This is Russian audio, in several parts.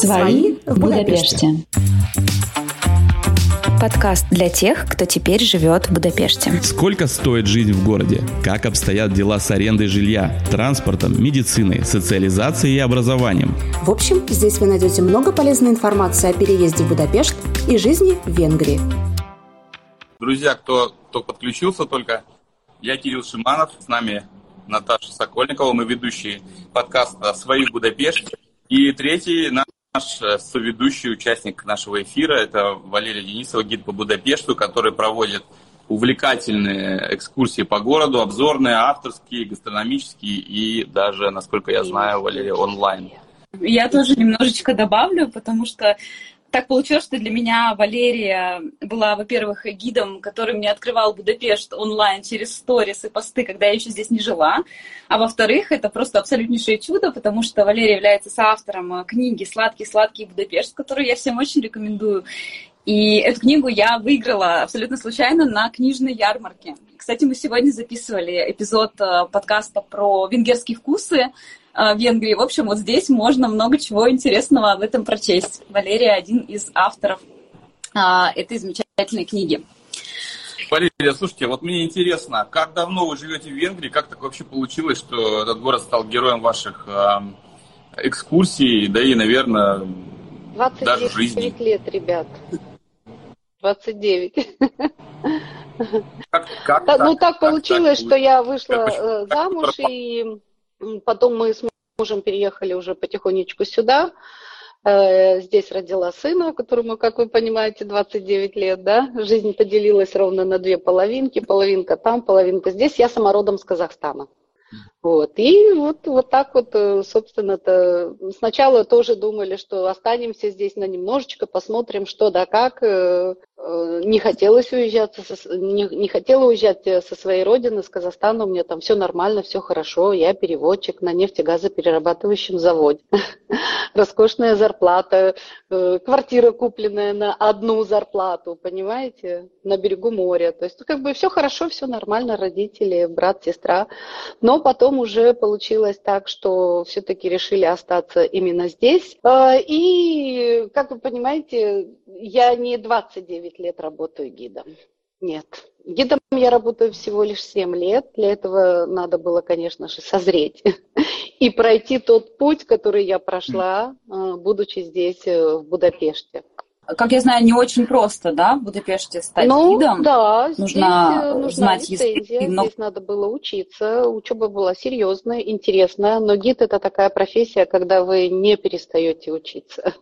Свои в Будапеште. Подкаст для тех, кто теперь живет в Будапеште. Сколько стоит жизнь в городе? Как обстоят дела с арендой жилья, транспортом, медициной, социализацией и образованием? В общем, здесь вы найдете много полезной информации о переезде в Будапешт и жизни в Венгрии. Друзья, кто подключился только, я Кирилл Шиманов, с нами Наташа Сокольникова, мы ведущие подкаста «Свои в Будапеште». И третий наш соведущий участник нашего эфира – это Валерия Денисова, гид по Будапешту, который проводит увлекательные экскурсии по городу, обзорные, авторские, гастрономические и даже, насколько я знаю, Валерия, онлайн. Я тоже немножечко добавлю, потому что так получилось, что для меня Валерия была, во-первых, гидом, который мне открывал Будапешт онлайн через сторис и посты, когда я еще здесь не жила. А во-вторых, это просто абсолютнейшее чудо, потому что Валерия является соавтором книги «Сладкий-сладкий Будапешт», которую я всем очень рекомендую. И эту книгу я выиграла абсолютно случайно на книжной ярмарке. Кстати, мы сегодня записывали эпизод подкаста про венгерские вкусы в Венгрии. В общем, вот здесь можно много чего интересного об этом прочесть. Валерия один из авторов этой замечательной книги. Валерия, слушайте, вот мне интересно, как давно вы живете в Венгрии? Как так вообще получилось, что этот город стал героем ваших экскурсий, да и, наверное, даже жизни? 29 лет, ребят. 29. Так получилось, что я вышла замуж, и потом мы с мужем переехали уже потихонечку сюда. Здесь родила сына, которому, как вы понимаете, 29 лет, да? Жизнь поделилась ровно на две половинки. Половинка там, половинка здесь. Я сама родом с Казахстана. Вот. И вот так вот, собственно-то, сначала тоже думали, что останемся здесь на немножечко, посмотрим, что да как. Не хотелось уезжать, не хотела уезжать со своей родины, с Казахстана. У меня там все нормально, все хорошо. Я переводчик на нефтегазоперерабатывающем заводе. Роскошная зарплата, квартира купленная на одну зарплату, понимаете, на берегу моря. То есть как бы все хорошо, все нормально, родители, брат, сестра. Но потом уже получилось так, что все-таки решили остаться именно здесь. И, как вы понимаете, я не 29 лет работаю гидом. Нет. Гидом я работаю всего лишь 7 лет. Для этого надо было, конечно же, созреть и пройти тот путь, который я прошла, будучи здесь, в Будапеште. Как я знаю, не очень просто, да, в Будапеште стать гидом? Да, нужно знать лицензия, язык. Здесь надо было учиться. Учеба была серьезная, интересная, но гид – это такая профессия, когда вы не перестаете учиться.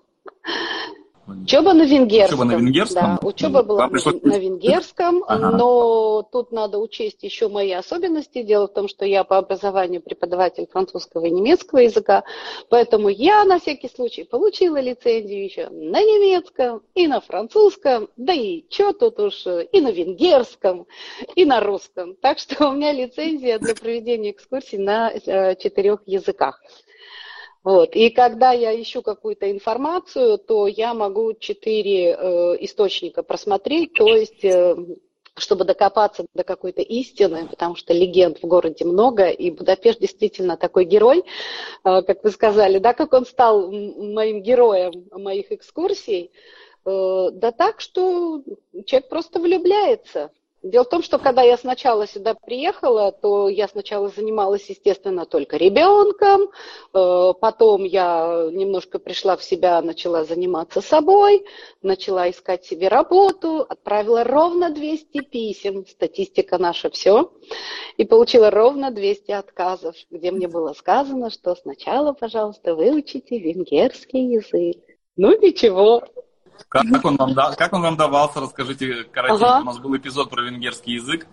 Учеба на венгерском. Учеба на венгерском? Да, учеба была на венгерском, но тут надо учесть еще мои особенности. Дело в том, что я по образованию преподаватель французского и немецкого языка, поэтому я на всякий случай получила лицензию еще на немецком и на французском, да и что тут уж, и на венгерском, и на русском. Так что у меня лицензия для проведения экскурсий на 4 языках. Вот. И когда я ищу какую-то информацию, то я могу 4 источника просмотреть, то есть чтобы докопаться до какой-то истины, потому что легенд в городе много, и Будапешт действительно такой герой, как вы сказали, да, как он стал моим героем моих экскурсий, да так, что человек просто влюбляется. Дело в том, что когда я сначала сюда приехала, то я сначала занималась, естественно, только ребенком, потом я немножко пришла в себя, начала заниматься собой, начала искать себе работу, отправила ровно 200 писем, статистика наша все, и получила ровно 200 отказов, где мне было сказано, что сначала, пожалуйста, выучите венгерский язык. Ну ничего. Как он вам давался? Расскажите коротенько. У нас был эпизод про венгерский язык,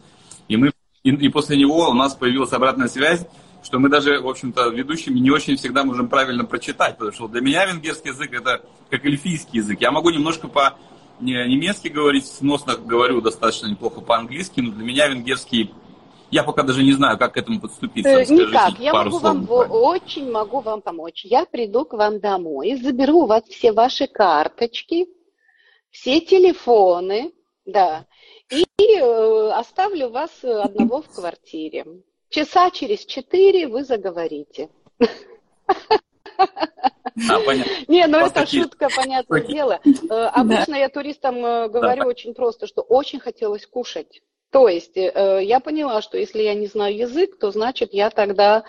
и после него у нас появилась обратная связь, что мы даже, в общем-то, ведущими не очень всегда можем правильно прочитать, потому что для меня венгерский язык это как эльфийский язык. Я могу немножко по-немецки говорить, сносно говорю достаточно неплохо по-английски, но для меня венгерский... Я пока даже не знаю, как к этому подступиться. Никак, я очень могу вам помочь. Я приду к вам домой, заберу у вас все ваши карточки, все телефоны, да, и оставлю вас одного в квартире. Часа через 4 вы заговорите. Понятно. Не, ну это шутка, понятное дело. Обычно я туристам говорю очень просто, что очень хотелось кушать. То есть я поняла, что если я не знаю язык, то значит я тогда,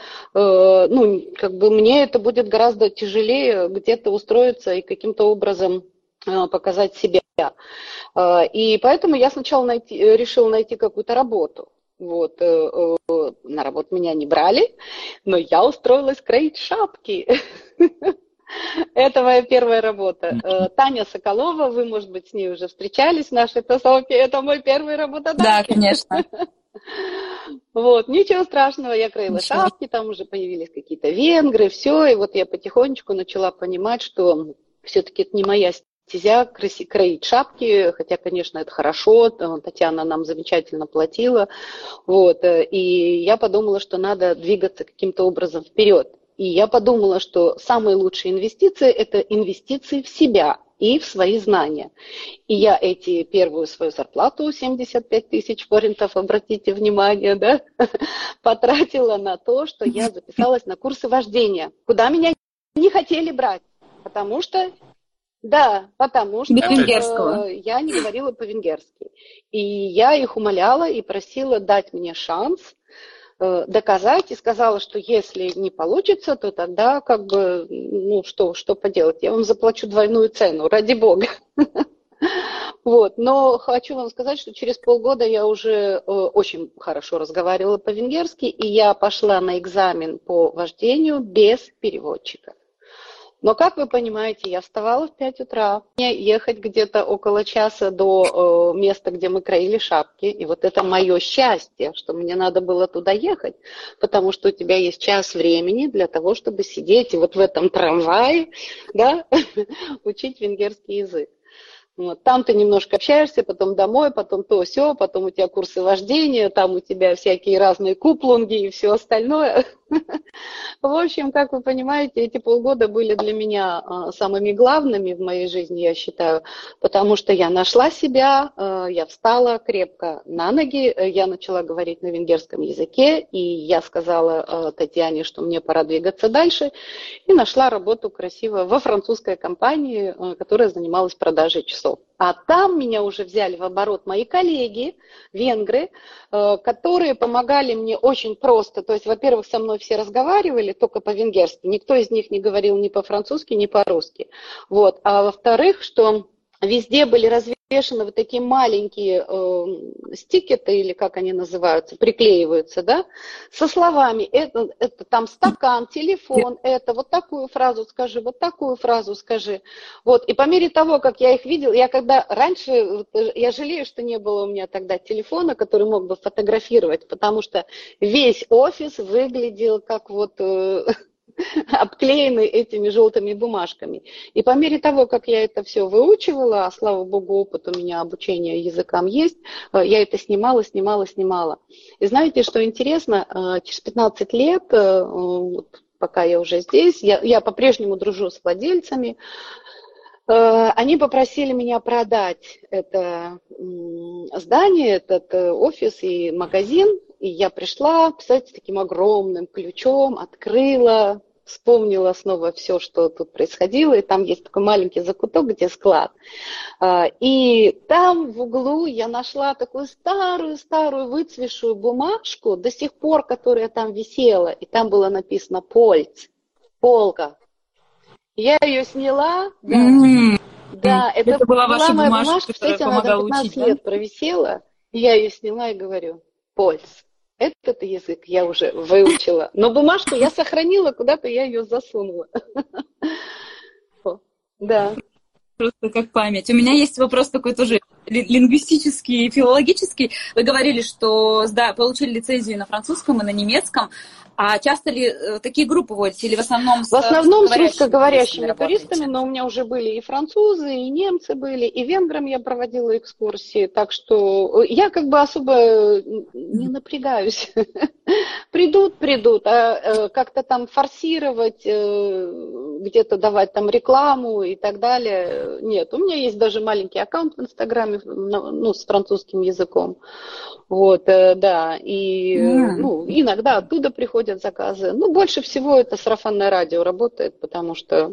мне это будет гораздо тяжелее где-то устроиться и каким-то образом показать себя. И поэтому я сначала решила найти какую-то работу. Вот, на работу меня не брали, но я устроилась кроить шапки. Это моя первая работа. Таня Соколова, вы, может быть, с ней уже встречались в нашей тусовке. Это мой первый работодатель. Да, конечно. Вот, ничего страшного, я кроила шапки, там уже появились какие-то венгры, все, и вот я потихонечку начала понимать, что все-таки это не моя стезя кроить шапки, хотя, конечно, это хорошо, Татьяна нам замечательно платила, вот, и я подумала, что надо двигаться каким-то образом вперед. И я подумала, что самые лучшие инвестиции – это инвестиции в себя и в свои знания. И я первую свою зарплату, 75 тысяч форинтов, обратите внимание, да, потратила на то, что я записалась на курсы вождения, куда меня не хотели брать, потому что я не говорила по-венгерски. И я их умоляла и просила дать мне шанс доказать, и сказала, что если не получится, то тогда что поделать, я вам заплачу двойную цену, ради бога. Вот. Но хочу вам сказать, что через полгода я уже очень хорошо разговаривала по-венгерски, и я пошла на экзамен по вождению без переводчика. Но, как вы понимаете, я вставала в 5 утра, мне ехать где-то около часа до места, где мы кроили шапки. И вот это мое счастье, что мне надо было туда ехать, потому что у тебя есть час времени для того, чтобы сидеть и вот в этом трамвае, да, учить венгерский язык. Вот. Там ты немножко общаешься, потом домой, потом то сё, потом у тебя курсы вождения, там у тебя всякие разные куплунги и все остальное. В общем, как вы понимаете, эти полгода были для меня самыми главными в моей жизни, я считаю, потому что я нашла себя, я встала крепко на ноги, я начала говорить на венгерском языке, и я сказала Татьяне, что мне пора двигаться дальше, и нашла работу красиво во французской компании, которая занималась продажей часов. А там меня уже взяли в оборот мои коллеги, венгры, которые помогали мне очень просто. То есть, во-первых, со мной все разговаривали только по-венгерски. Никто из них не говорил ни по-французски, ни по-русски. Вот. А во-вторых, что везде были развешаны вот такие маленькие стикеты, или как они называются, приклеиваются, да, со словами, это там стакан, телефон, это вот такую фразу скажи, вот такую фразу скажи. Вот. И по мере того, как я их видела, раньше, я жалею, что не было у меня тогда телефона, который мог бы фотографировать, потому что весь офис выглядел как вот... обклеены этими желтыми бумажками. И по мере того, как я это все выучивала, а слава богу, опыт у меня обучения языкам есть, я это снимала. И знаете, что интересно? Через 15 лет, пока я уже здесь, я по-прежнему дружу с владельцами, они попросили меня продать это здание, этот офис и магазин. И я пришла, представляете, с таким огромным ключом, открыла, вспомнила снова все, что тут происходило. И там есть такой маленький закуток, где склад. И там в углу я нашла такую старую выцветшую бумажку, до сих пор, которая там висела. И там было написано «Польц», «Полка». Я ее сняла. Да, это была моя бумажка, кстати, она там 15 лет провисела. Я ее сняла и говорю «Польц». Этот язык я уже выучила, но бумажку я сохранила, куда-то я ее засунула. Да. Просто как память. У меня есть вопрос такой тоже лингвистический, филологический. Вы говорили, что получили лицензию на французском и на немецком. А часто ли такие группы водите? Или в основном с русскоговорящими туристами, но у меня уже были и французы, и немцы были, и венграм я проводила экскурсии. Так что я как бы особо не напрягаюсь. Придут, а как-то там форсировать, где-то давать там рекламу и так далее. Нет, у меня есть даже маленький аккаунт в Инстаграме, с французским языком. Вот, да, и иногда оттуда приходят заказы. Больше всего это сарафанное радио работает, потому что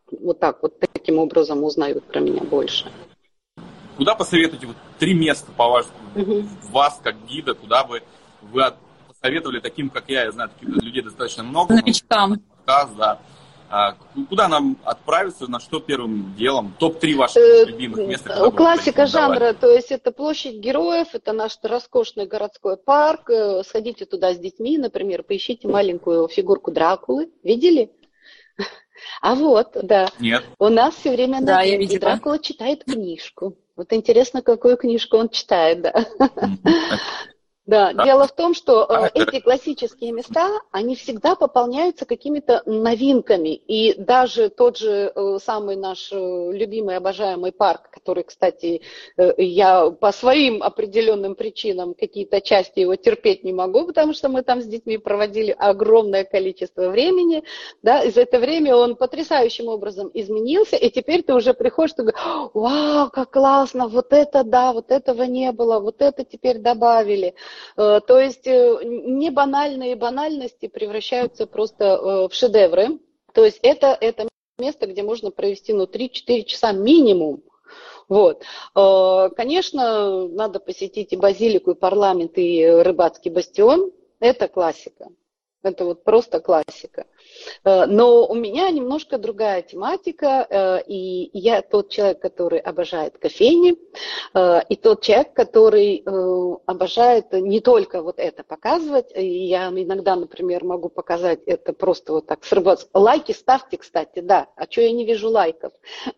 вот так вот таким образом узнают про меня больше. Куда посоветуете 3 места, по-вашему, вас как гида, куда бы вы посоветовали таким, как я знаю, таких людей достаточно много. Новичкам. Да. Куда нам отправиться, на что первым делом? Топ-3 ваших любимых места? Классика жанра, то есть это Площадь Героев, это наш роскошный городской парк. Сходите туда с детьми, например, поищите маленькую фигурку Дракулы. Видели? А вот, да. Нет. У нас все время Да, я новинки. видела. Дракула читает книжку. Вот интересно, какую книжку он читает, да. Да, дело в том, что эти классические места, они всегда пополняются какими-то новинками. И даже тот же самый наш любимый, обожаемый парк, который, кстати, я по своим определенным причинам какие-то части его терпеть не могу, потому что мы там с детьми проводили огромное количество времени. Да, и за это время он потрясающим образом изменился, и теперь ты уже приходишь и говоришь: вау, как классно, вот это да, вот этого не было, вот это теперь добавили. То есть не банальные банальности превращаются просто в шедевры. То есть это место, где можно провести 3-4 часа минимум. Вот. Конечно, надо посетить и базилику, и парламент, и рыбацкий бастион. Это классика. Это вот просто классика. Но у меня немножко другая тематика, и я тот человек, который обожает кофейни, и тот человек, который обожает не только вот это показывать. Я иногда, например, могу показать это просто вот так срываться. Лайки ставьте, кстати, да. А что я не вижу лайков?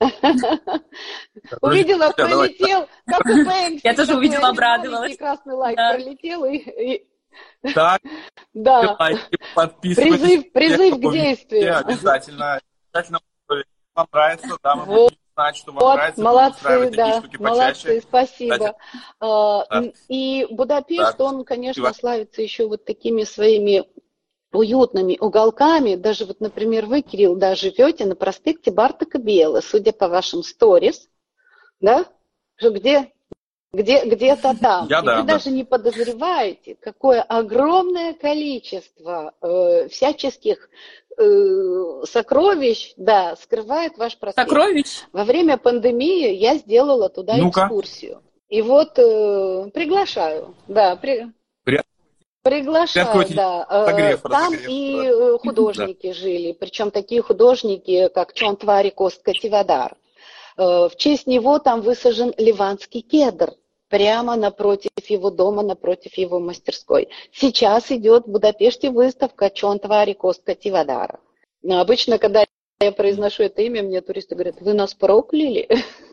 Увидела, пролетел, как у Бэнкси. Я тоже увидела, обрадовалась. Прекрасный лайк пролетел и... Так, да. Подписывайтесь. Призыв к действию. Обязательно. Вам нравится, да, мы будем знать, что вам нравится. Молодцы, да, молодцы, спасибо. И Будапешт, он, конечно, славится еще вот такими своими уютными уголками. Даже вот, например, вы, Кирилл, да, живете на проспекте Бартака Белы, судя по вашим сторис, да, где-то там. Вы даже не подозреваете, какое огромное количество всяческих сокровищ, да, скрывает ваш проспект. Сокровищ? Во время пандемии я сделала туда экскурсию. И вот приглашаю, да, приглашаю, да. Там и художники жили, причем такие художники, как Чонтвари Костка Тивадар. В честь него там высажен ливанский кедр. Прямо напротив его дома, напротив его мастерской. Сейчас идет в Будапеште выставка Чонтвари Костка Тивадара. Но обычно, когда я произношу это имя, мне туристы говорят: вы нас прокляли?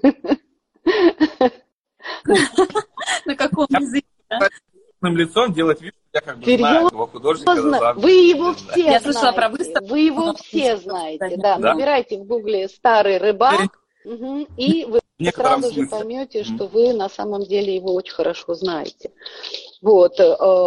На каком языке? Лицом делать вид, что я как бы знаю его художника. Вы его все знаете. Я слышала про выставку. Вы его все знаете. Да, набирайте в гугле «Старый рыбак», и вы сразу же поймете, что вы на самом деле его очень хорошо знаете. Вот.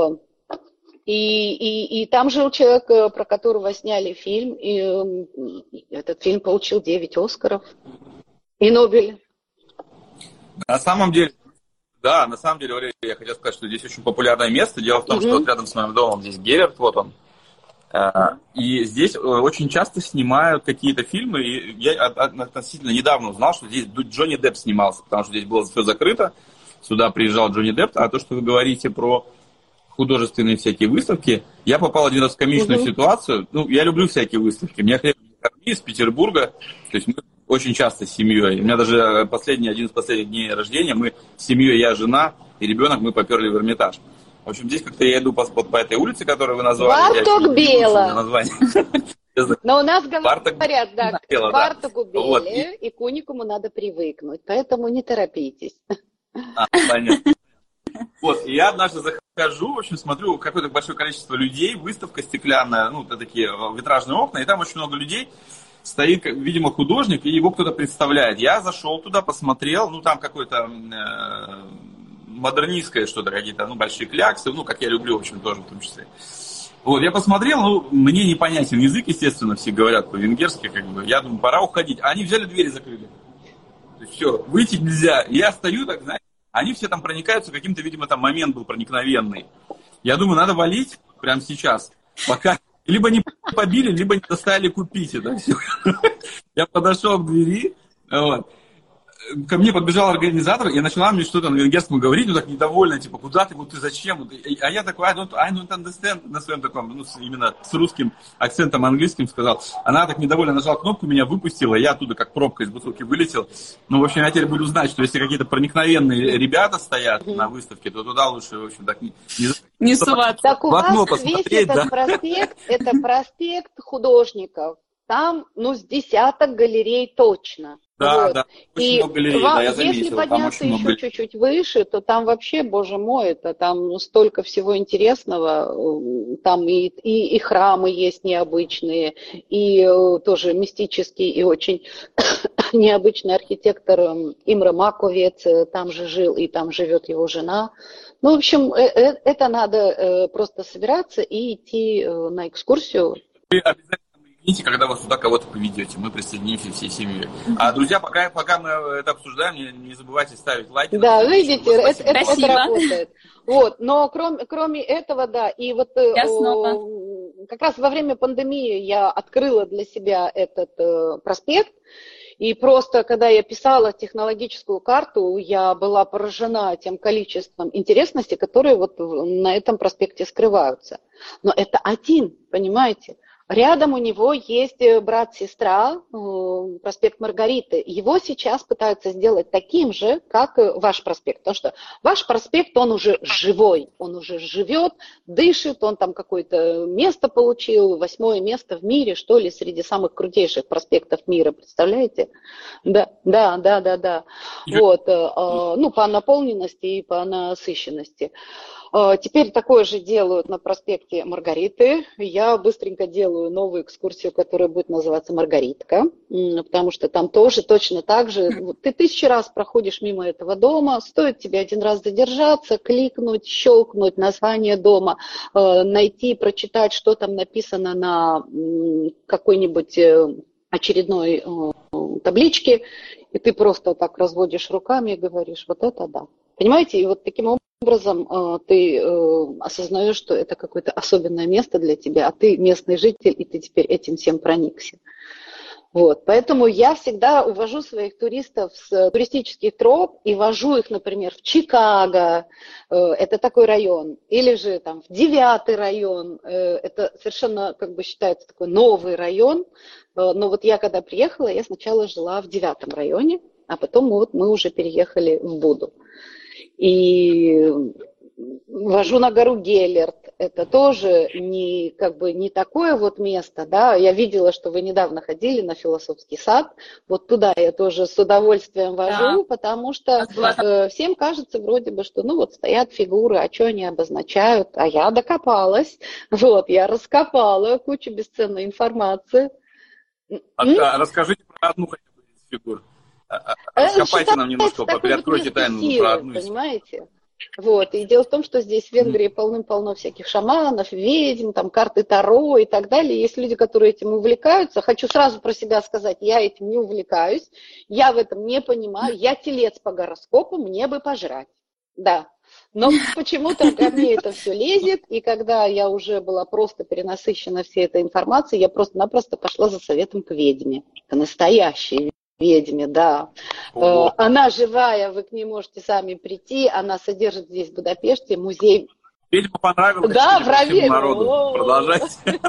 И там жил человек, про которого сняли фильм, и этот фильм получил 9 Оскаров и Нобель. На самом деле, Валерий, я хотел сказать, что здесь очень популярное место. Дело в том, что вот рядом с моим домом здесь Герерт, вот он. И здесь очень часто снимают какие-то фильмы. И я относительно недавно узнал, что здесь Джонни Депп снимался, потому что здесь было все закрыто. Сюда приезжал Джонни Депп. А то, что вы говорите про художественные всякие выставки, я попал один раз в комичную ситуацию. Ну, я люблю всякие выставки. Меня из Петербурга, то есть мы очень часто с семьей. У меня даже один из последних дней рождения, мы с семьей, я, жена и ребенок, мы поперли в Эрмитаж. В общем, здесь как-то я иду по этой улице, которую вы назвали. Барток Бела. Но у нас говорят, да, к Бартоку Беле и к уникуму надо привыкнуть, поэтому не торопитесь. Понятно. Вот, и я однажды захожу, в общем, смотрю, какое-то большое количество людей, выставка стеклянная, ну, такие витражные окна, и там очень много людей. Стоит, видимо, художник, и его кто-то представляет. Я зашел туда, посмотрел, ну, там какое-то модернистское что-то, какие-то, ну, большие кляксы, ну, как я люблю, в общем, тоже в том числе. Вот, я посмотрел, ну, мне непонятен язык, естественно, все говорят по-венгерски, как бы, я думаю, пора уходить. А они взяли двери, закрыли. То есть, все, выйти нельзя. Я стою, так, знаете, они все там проникаются, каким-то, видимо, там момент был проникновенный. Я думаю, надо валить прямо сейчас, пока... Либо не побили, либо не заставили купить это все. Я подошел к двери, вот. Ко мне подбежал организатор и начала мне что-то на венгерском говорить, ну так недовольно, типа, куда ты, вот ты зачем? А я такой, I don't understand, на своем таком, ну, именно с русским акцентом английским сказал. Она так недовольно нажала кнопку, меня выпустила, я оттуда как пробка из бутылки вылетел. Ну, в общем, я теперь буду знать, что если какие-то проникновенные ребята стоят на выставке, то туда лучше, в общем, так не суваться. Так у вас весь этот проспект, это проспект художников. Там, ну, с десяток галерей точно. Да, вот. да, очень много галерей, да, я заметил. Если подняться еще чуть-чуть выше, то там вообще, боже мой, это там столько всего интересного. Там и храмы есть необычные, и тоже мистический и очень необычный архитектор Имре Маковец там же жил, и там живет его жена. Ну, в общем, это надо просто собираться и идти на экскурсию. Вы обязательно извините, когда вас туда кого-то поведете, мы присоединимся всей семьей. А, друзья, пока мы это обсуждаем, не забывайте ставить лайки. Да, видите, это работает. Вот, но кроме этого, да, и вот как раз во время пандемии я открыла для себя этот проспект, и просто, когда я писала технологическую карту, я была поражена тем количеством интересностей, которые вот на этом проспекте скрываются. Но это один, понимаете? Рядом у него есть брат-сестра, проспект Маргариты. Его сейчас пытаются сделать таким же, как ваш проспект. Потому что ваш проспект, он уже живой, он уже живет, дышит, он там какое-то место получил, 8-е место в мире, что ли, среди самых крутейших проспектов мира, представляете? Да. Вот, ну, по наполненности и по насыщенности. Теперь такое же делают на проспекте Маргариты. Я быстренько делаю новую экскурсию, которая будет называться «Маргаритка», потому что там тоже точно так же. Ты 1000 раз проходишь мимо этого дома, стоит тебе один раз задержаться, кликнуть, щелкнуть название дома, найти, прочитать, что там написано на какой-нибудь очередной табличке, и ты просто так разводишь руками и говоришь, вот это да. Понимаете, и вот таким образом ты осознаешь, что это какое-то особенное место для тебя, а ты местный житель, и ты теперь этим всем проникся. Вот. Поэтому я всегда увожу своих туристов с туристических троп и вожу их, например, в Чикаго, это такой район, или же там в 9-й район, это совершенно как бы считается такой новый район, но вот я когда приехала, я сначала жила в 9-м районе, а потом мы уже переехали в Буду. И вожу на гору Геллерт. Это тоже не такое вот место, да. Я видела, что вы недавно ходили на философский сад. Вот туда я тоже с удовольствием вожу, да. Потому что всем кажется вроде бы, что ну вот стоят фигуры, а что они обозначают? А я докопалась. Вот, я раскопала кучу бесценной информации. Расскажите про одну из фигур. Раскопайте нам немножко, приоткройте тайну про одну из. Понимаете? Вот. И дело в том, что здесь в Венгрии полным-полно всяких шаманов, ведьм, там, карты Таро и так далее. Есть люди, которые этим увлекаются. Хочу сразу про себя сказать, я этим не увлекаюсь, я в этом не понимаю, я телец по гороскопу, мне бы пожрать. Да. Но почему-то ко мне это все лезет, и когда я уже была просто перенасыщена всей этой информацией, я просто-напросто пошла за советом к ведьме, к настоящей ведьме, да. Она живая, вы к ней можете сами прийти, она содержит здесь в Будапеште музей. Ведьма понравилась? Да, проверь. Продолжайте.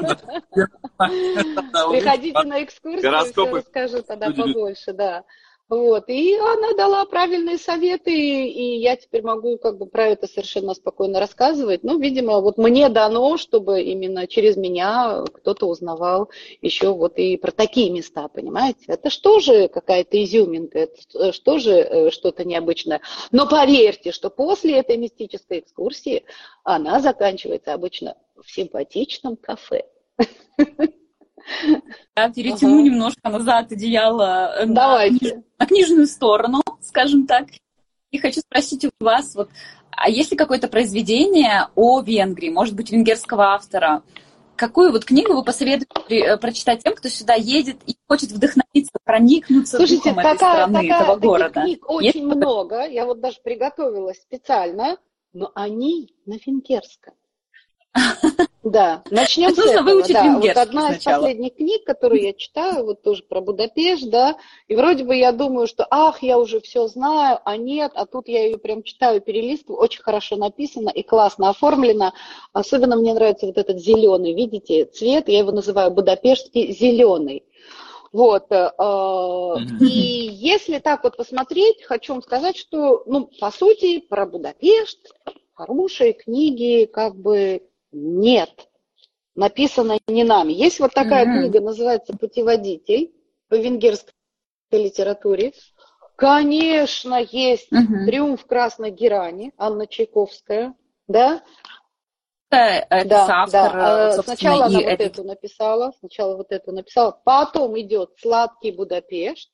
Приходите на экскурсию, все расскажу тогда побольше, да. Вот, и она дала правильные советы, и я теперь могу как бы про это совершенно спокойно рассказывать. Ну, видимо, вот мне дано, чтобы именно через меня кто-то узнавал еще вот и про такие места, понимаете? Это что же какая-то изюминка, это что же что-то необычное. Но поверьте, что после этой мистической экскурсии она заканчивается обычно в симпатичном кафе. Я перетяну немножко назад одеяло на книжную сторону, скажем так. И хочу спросить у вас, вот, а есть ли какое-то произведение о Венгрии, может быть, венгерского автора? Какую вот книгу вы посоветуете прочитать тем, кто сюда едет и хочет вдохновиться, проникнуться духом этой страны, этого города? Книг очень много, я вот даже приготовилась специально, но они на венгерском. Да, начнем с Нужно этого. выучить Да, вот венгерский одна из сначала. последних книг, которую я читаю, вот тоже про Будапешт, да, и вроде бы я думаю, что, я уже все знаю, а нет, а тут я ее прям читаю, перелистываю, очень хорошо написано и классно оформлено. Особенно мне нравится вот этот зеленый, видите, цвет, я его называю будапештский зеленый. Вот, и если так вот посмотреть, хочу вам сказать, что, по сути, про Будапешт хорошие книги как бы нет, написано не нами. Есть вот такая книга, называется «Путеводитель» по венгерской литературе. Конечно, есть «Триумф Красной Герани», Анна Чайковская, да? Это автор, Сначала она вот эту написала, потом идет «Сладкий Будапешт»,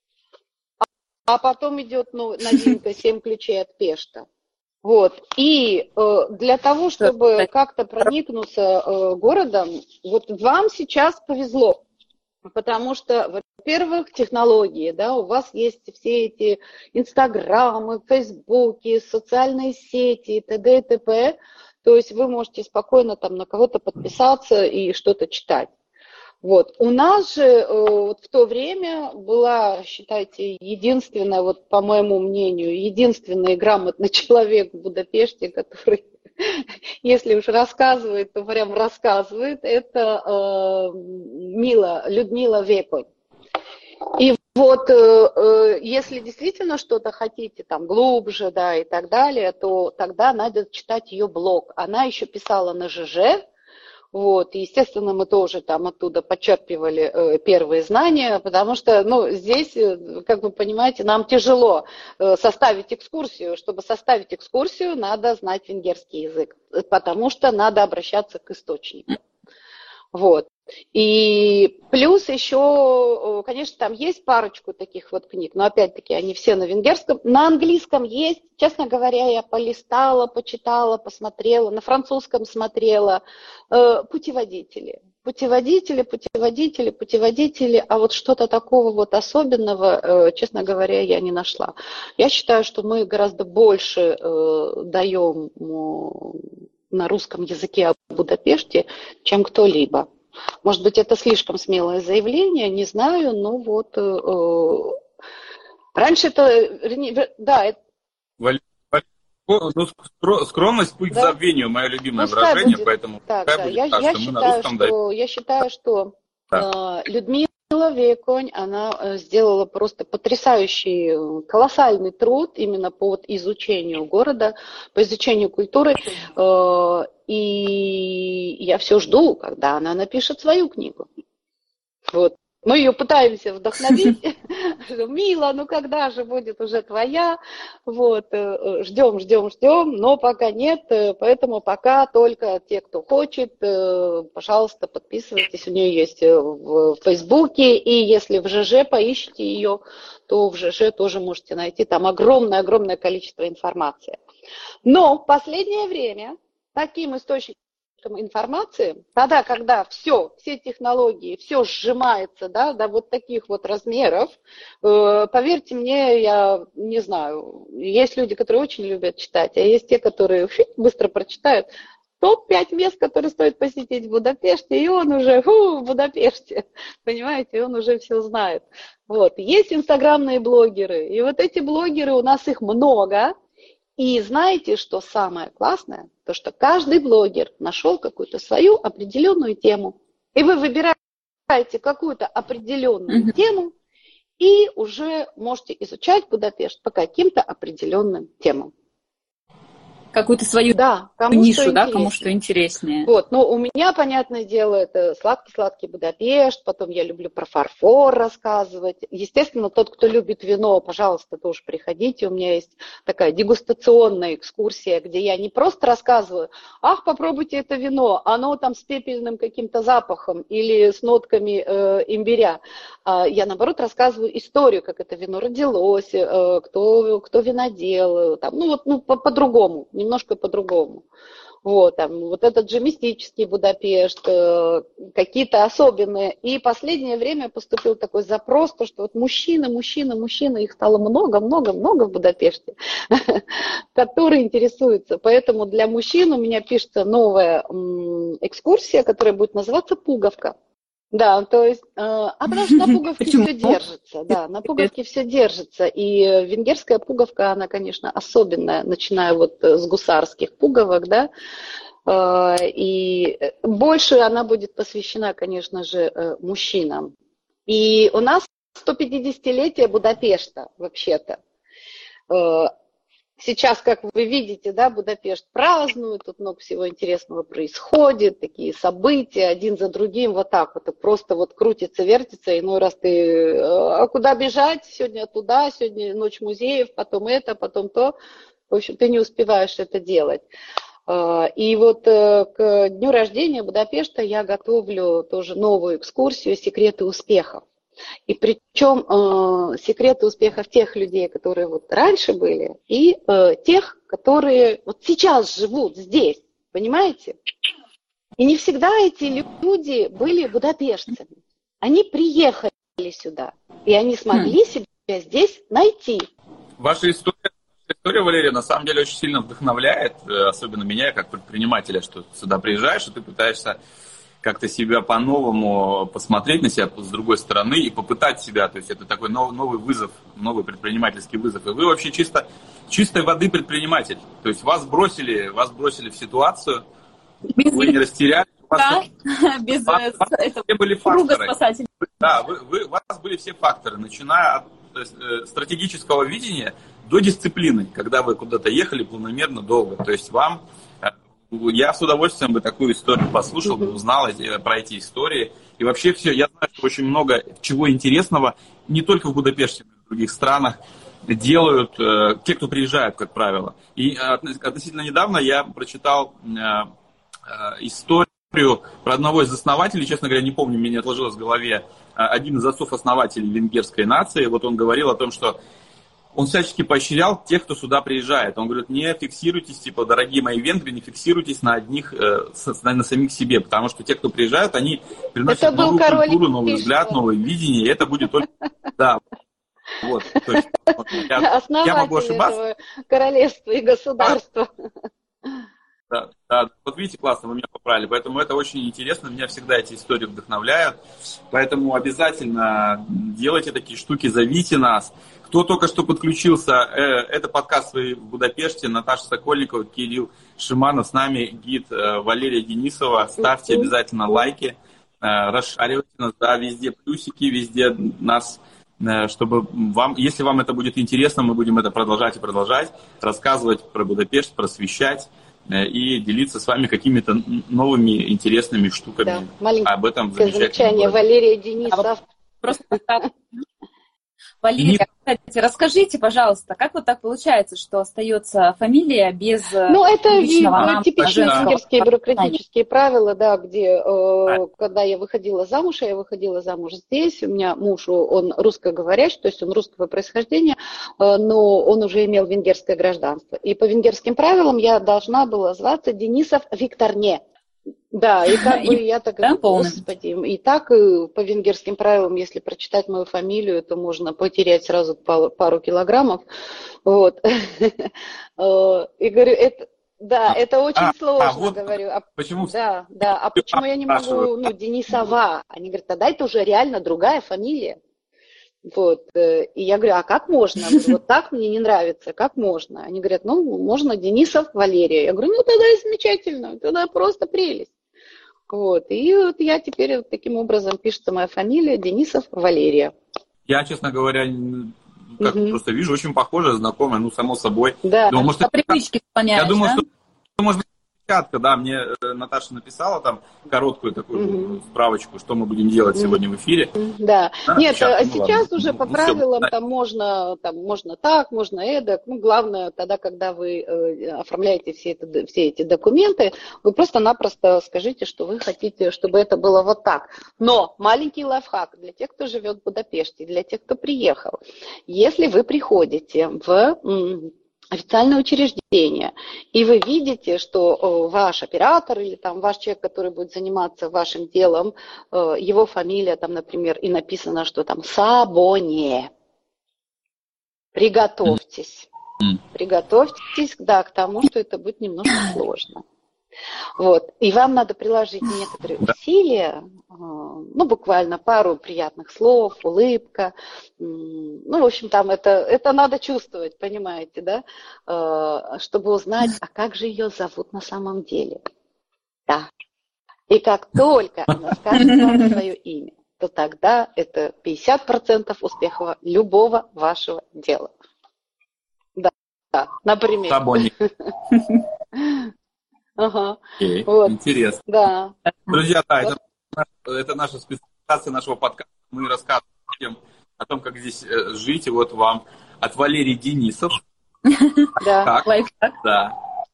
а потом идет новинка «7 ключей от Пешта». Вот. И для того, чтобы как-то проникнуться городом, вот вам сейчас повезло, потому что, во-первых, технологии, да, у вас есть все эти инстаграмы, фейсбуки, социальные сети и т.д. и т.п., то есть вы можете спокойно там на кого-то подписаться и что-то читать. Вот. У нас же вот в то время была, считайте, единственная, вот по моему мнению, единственный грамотный человек в Будапеште, который, если уж рассказывает, то прям рассказывает, это Людмила Веконь. И вот если действительно что-то хотите там глубже, да, и так далее, то тогда надо читать ее блог. Она еще писала на ЖЖ. Вот, и, естественно, мы тоже там оттуда подчерпывали первые знания, потому что, здесь, как вы понимаете, нам тяжело составить экскурсию. Чтобы составить экскурсию, надо знать венгерский язык, потому что надо обращаться к источнику. Вот. И плюс еще, конечно, там есть парочку таких вот книг, но опять-таки они все на венгерском. На английском есть, честно говоря, я полистала, почитала, посмотрела, на французском смотрела. Путеводители, а вот что-то такого вот особенного, честно говоря, я не нашла. Я считаю, что мы гораздо больше даем на русском языке о Будапеште, чем кто-либо. Может быть, это слишком смелое заявление, не знаю, но вот раньше это... Да, скромность путь к забвению, мое любимое выражение, поэтому я считаю, что Людмила Веконь, она сделала просто потрясающий, колоссальный труд именно по изучению города, по изучению культуры. И я все жду, когда она напишет свою книгу. Вот. Мы ее пытаемся вдохновить. Мила, когда же будет уже твоя? Вот. Ждем, но пока нет. Поэтому пока только те, кто хочет, пожалуйста, подписывайтесь. У нее есть в Фейсбуке. И если в ЖЖ поищите ее, то в ЖЖ тоже можете найти. Там огромное количество информации. Но в последнее время таким источником информации, тогда, когда все технологии, все сжимается, до вот таких вот размеров, поверьте мне, я не знаю, есть люди, которые очень любят читать, а есть те, которые быстро прочитают. Топ-5 мест, которые стоит посетить в Будапеште, и он уже в Будапеште, понимаете, он уже все знает. Вот. Есть инстаграмные блогеры, и вот эти блогеры, у нас их много. И знаете, что самое классное? То, что каждый блогер нашел какую-то свою определенную тему. И вы выбираете какую-то определенную тему и уже можете изучать Будапешт по каким-то определенным темам. Какую-то свою нишу, кому что интереснее. Вот, у меня, понятное дело, это сладкий Будапешт, потом я люблю про фарфор рассказывать. Естественно, тот, кто любит вино, пожалуйста, тоже приходите. У меня есть такая дегустационная экскурсия, где я не просто рассказываю, попробуйте это вино, оно там с пепельным каким-то запахом или с нотками имбиря. Я, наоборот, рассказываю историю, как это вино родилось, кто винодел, по-другому, немножко по-другому. Вот, там, вот этот же мистический Будапешт, какие-то особенные. И последнее время поступил такой запрос, то, что вот мужчины, их стало много-много-много в Будапеште, которые интересуются. Поэтому для мужчин у меня пишется новая экскурсия, которая будет называться «Пуговка». Да, то есть, потому что на пуговке все держится, да, на пуговке все держится, и венгерская пуговка, она, конечно, особенная, начиная вот с гусарских пуговок, да, и больше она будет посвящена, конечно же, мужчинам. И у нас 150-летие Будапешта, вообще-то. Сейчас, как вы видите, да, Будапешт празднует, тут много всего интересного происходит, такие события один за другим, вот так вот, просто вот крутится, вертится, иной раз ты, а куда бежать, сегодня туда, сегодня ночь музеев, потом это, потом то, в общем, ты не успеваешь это делать. И вот к дню рождения Будапешта я готовлю тоже новую экскурсию «Секреты успехов». И причем секреты успехов тех людей, которые вот раньше были, и тех, которые вот сейчас живут здесь, понимаете? И не всегда эти люди были будапештцами. Они приехали сюда, и они смогли себя здесь найти. Ваша история, Валерия, на самом деле очень сильно вдохновляет, особенно меня, как предпринимателя, что ты сюда приезжаешь, и ты пытаешься как-то себя по-новому посмотреть на себя с другой стороны и попытать себя. То есть это такой новый вызов, новый предпринимательский вызов. И вы вообще чистой воды предприниматель. То есть вас бросили в ситуацию, вы не растерялись. Без были круга факторы. спасателей. Да, у вас были все факторы, начиная от стратегического видения до дисциплины, когда вы куда-то ехали планомерно долго. То есть я с удовольствием бы такую историю послушал, бы узнал про эти истории. И вообще все, я знаю, что очень много чего интересного, не только в Будапеште, но и в других странах, делают те, кто приезжают, как правило. И относительно недавно я прочитал историю про одного из основателей, честно говоря, не помню, мне не отложилось в голове, один из отцов-основателей венгерской нации. Вот он говорил о том, что он всячески поощрял тех, кто сюда приезжает. Он говорит, не фиксируйтесь, типа, дорогие мои венгры, не фиксируйтесь на одних, на самих себе, потому что те, кто приезжают, они приносят новую культуру, новый взгляд, новое видение, и это будет только... Да, вот. То есть, я могу ошибаться. Этого королевства и государства. Да, вот видите, классно, вы меня поправили, поэтому это очень интересно, меня всегда эти истории вдохновляют, поэтому обязательно делайте такие штуки, зовите нас. Кто только что подключился, это подкаст «Свои в Будапеште», Наташа Сокольникова, Кирилл Шиманов, с нами гид Валерия Денисова, ставьте обязательно лайки, расшаривайте нас, да, везде плюсики, везде нас, чтобы вам, если вам это будет интересно, мы будем это продолжать и продолжать, рассказывать про Будапешт, просвещать и делиться с вами какими-то новыми интересными штуками об этом замечательном городе. Валерия Денисов. Просто Валерия, кстати, расскажите, пожалуйста, как вот так получается, что остается фамилия без это личного типичные венгерские бюрократические правила, да, где, когда я выходила замуж, здесь, у меня муж, он русскоговорящий, то есть он русского происхождения, но он уже имел венгерское гражданство. И по венгерским правилам я должна была зваться Денисов Викторне. Да, и как бы я так, господи, и так по венгерским правилам, если прочитать мою фамилию, то можно потерять сразу пару килограммов, вот. И говорю, это очень сложно, говорю. Почему? Да, а почему я не могу, Денисова? Они говорят, тогда это уже реально другая фамилия. Вот, и я говорю, а как можно? Вот так мне не нравится, как можно? Они говорят, можно Денисов Валерия. Я говорю, тогда и замечательно, тогда просто прелесть. Вот, и вот я теперь вот таким образом пишется моя фамилия Денисов Валерия. Я, честно говоря, просто вижу, очень похоже, знакомое, само собой. Да, думаю, может, по привычке склоняешь, я думаю, что может быть печатка, да, мне Наташа написала там короткую такую справочку, что мы будем делать сегодня в эфире. Да, нет, сейчас ладно. уже по правилам там можно так, можно эдак. Главное, тогда, когда вы оформляете все эти документы, вы просто-напросто скажите, что вы хотите, чтобы это было вот так. Но маленький лайфхак для тех, кто живет в Будапеште, для тех, кто приехал. Если вы приходите в официальное учреждение, и вы видите, что ваш оператор или там ваш человек, который будет заниматься вашим делом, его фамилия там, например, и написано, что там Сабоне. Приготовьтесь. Приготовьтесь, да, к тому, что это будет немножко сложно. Вот. И вам надо приложить некоторые усилия, ну, буквально пару приятных слов, улыбка. Ну, в общем, там это надо чувствовать, понимаете, да, чтобы узнать, а как же ее зовут на самом деле. Да. И как только она скажет вам свое имя, то тогда это 50% успеха любого вашего дела. Да, например. Ага. Вот. Интересно. Да. Друзья, да, это наша специализация нашего подкаста. Мы рассказываем о том, как здесь жить. И вот вам от Валерии Денисов. Да. Лайфхак. Да.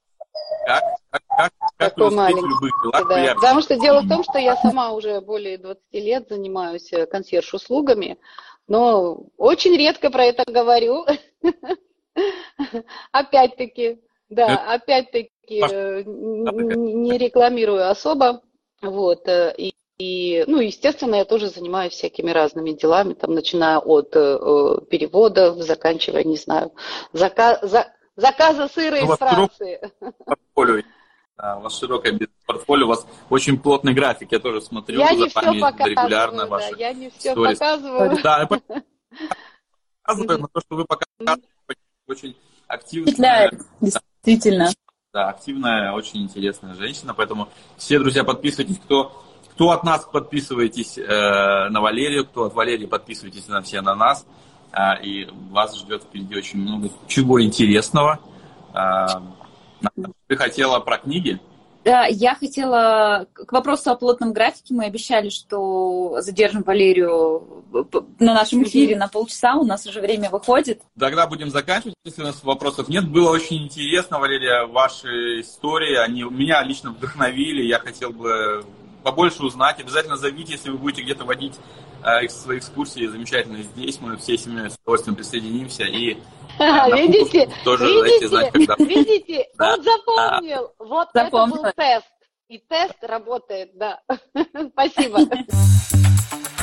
Как преуспеть в любых делах? Да. Потому что дело в том, что я сама уже более 20 лет занимаюсь консьерж-услугами, но очень редко про это говорю. Опять-таки. Да, опять-таки не рекламирую особо, вот, и, ну, естественно, я тоже занимаюсь всякими разными делами, там, начиная от переводов, заканчивая, не знаю, заказа сыра из Франции. У вас широкое бизнес-портфолио, у вас очень плотный график, я тоже смотрю. Я не все показываю, да, я не все показываю. Да, я показываю, но то, что вы показываете, очень активно. Действительно. Да, активная, очень интересная женщина, поэтому все, друзья, подписывайтесь, кто от нас подписывайтесь на Валерию, кто от Валерии подписывайтесь все на нас, и вас ждет впереди очень много чего интересного. Ты хотела про книги? Да, я хотела к вопросу о плотном графике. Мы обещали, что задержим Валерию на нашем эфире на полчаса. У нас уже время выходит. Тогда будем заканчивать, если у нас вопросов нет. Было очень интересно, Валерия, ваши истории. Они меня лично вдохновили. Я хотел бы побольше узнать. Обязательно зовите, если вы будете где-то водить свои экскурсии замечательно здесь. Мы всей семьей с удовольствием присоединимся. И видите, тоже видите, он запомнил. Вот это был тест. И тест работает, да. Спасибо.